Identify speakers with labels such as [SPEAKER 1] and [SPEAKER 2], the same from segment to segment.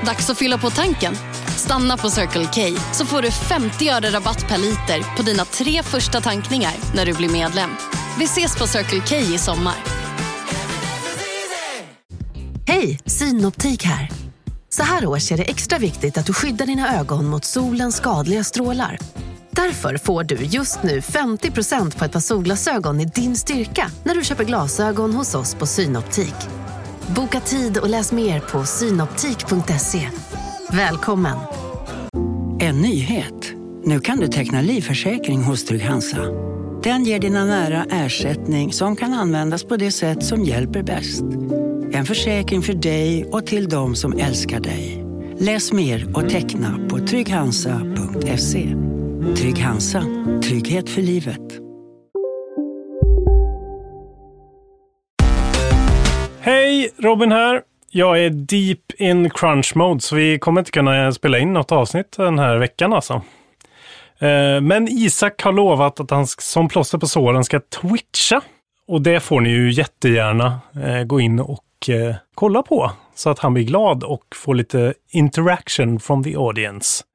[SPEAKER 1] Dags att fylla på tanken. Stanna på Circle K så får du 50 öre rabatt per liter på dina 3 första tankningar när du blir medlem. Vi ses på Circle K i sommar.
[SPEAKER 2] Hej, Synoptik här. Så här års är det extra viktigt att du skyddar dina ögon mot solens skadliga strålar. Därför får du just nu 50% på ett par solglasögon i din styrka när du köper glasögon hos oss på Synoptik. Boka tid och läs mer på synoptik.se. Välkommen!
[SPEAKER 3] En nyhet. Nu kan du teckna livförsäkring hos Trygg-Hansa. Den ger dina nära ersättning som kan användas på det sätt som hjälper bäst. En försäkring för dig och till de som älskar dig. Läs mer och teckna på trygghansa.se. Trygg-Hansa. Trygghet för livet.
[SPEAKER 4] Hej, Robin här. Jag är deep in crunch mode så vi kommer inte kunna spela in något avsnitt den här veckan alltså. Men Isak har lovat att han som plåster på såren ska twitcha. Och det får ni ju jättegärna gå in och kolla på. Så att han blir glad och får lite interaction from the audience.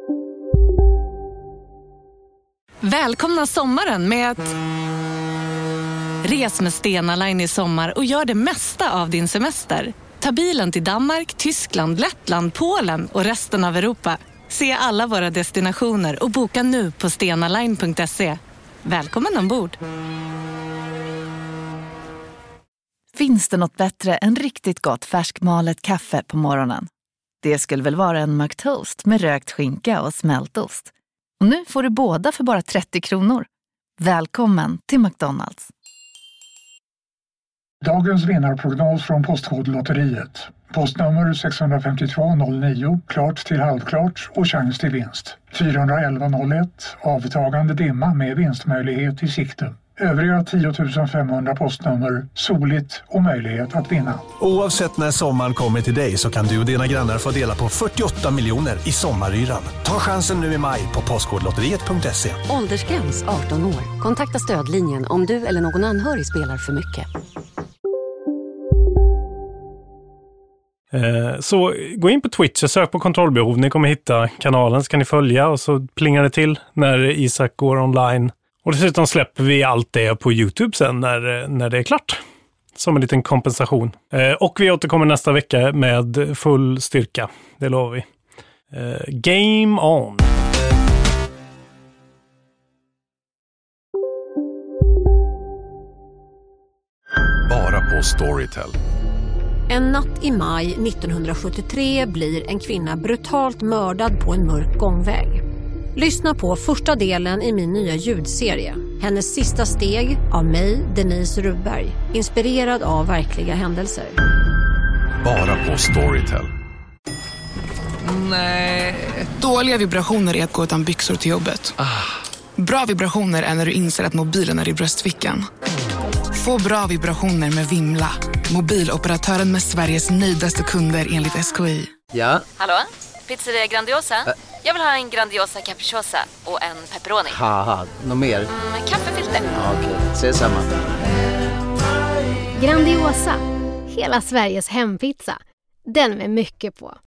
[SPEAKER 5] Välkomna sommaren med att res med Stena Line i sommar och gör det mesta av din semester. Ta bilen till Danmark, Tyskland, Lettland, Polen och resten av Europa. Se alla våra destinationer och boka nu på stenaline.se. Välkommen ombord!
[SPEAKER 6] Finns det något bättre än riktigt gott färskmalet kaffe på morgonen? Det skulle väl vara en McToast med rökt skinka och smältost. Och nu får du båda för bara 30 kronor. Välkommen till McDonald's.
[SPEAKER 7] Dagens vinnarprognos från Postkodlotteriet. Postnummer 65209, klart till halvklart och chans till vinst. 41101, avtagande dimma med vinstmöjlighet i sikte. Övriga 10 500 postnummer, soligt och möjlighet att vinna.
[SPEAKER 8] Oavsett när sommaren kommer till dig så kan du och dina grannar få dela på 48 miljoner i sommaryran. Ta chansen nu i maj på postkodlotteriet.se.
[SPEAKER 9] Åldersgräns 18 år. Kontakta stödlinjen om du eller någon anhörig spelar för mycket.
[SPEAKER 4] Så gå in på Twitch och sök på kontrollbehov. Ni kommer hitta kanalen så kan ni följa och så plingar det till när Isak går online. Och dessutom släpper vi allt det på YouTube sen när det är klart. Som en liten kompensation. Och vi återkommer nästa vecka med full styrka. Det lovar vi. Game on!
[SPEAKER 10] Bara på Storytel.
[SPEAKER 11] En natt i maj 1973 blir en kvinna brutalt mördad på en mörk gångväg. Lyssna på första delen i min nya ljudserie. Hennes sista steg av mig, Denise Rubberg. Inspirerad av verkliga händelser.
[SPEAKER 10] Bara på Storytel.
[SPEAKER 12] Nej. Dåliga vibrationer är att gå utan byxor till jobbet. Bra vibrationer är när du inser att mobilen är i bröstfickan. Få bra vibrationer med Vimla. Mobiloperatören med Sveriges nöjdaste kunder enligt SKI.
[SPEAKER 13] Ja?
[SPEAKER 14] Hallå? Pizzeria Grandiosa? Jag vill ha en Grandiosa capriciosa och en pepperoni.
[SPEAKER 13] Haha, något mer?
[SPEAKER 14] Kaffefilter.
[SPEAKER 13] Ja, okej, ses samma.
[SPEAKER 15] Grandiosa, hela Sveriges hempizza. Den med mycket på.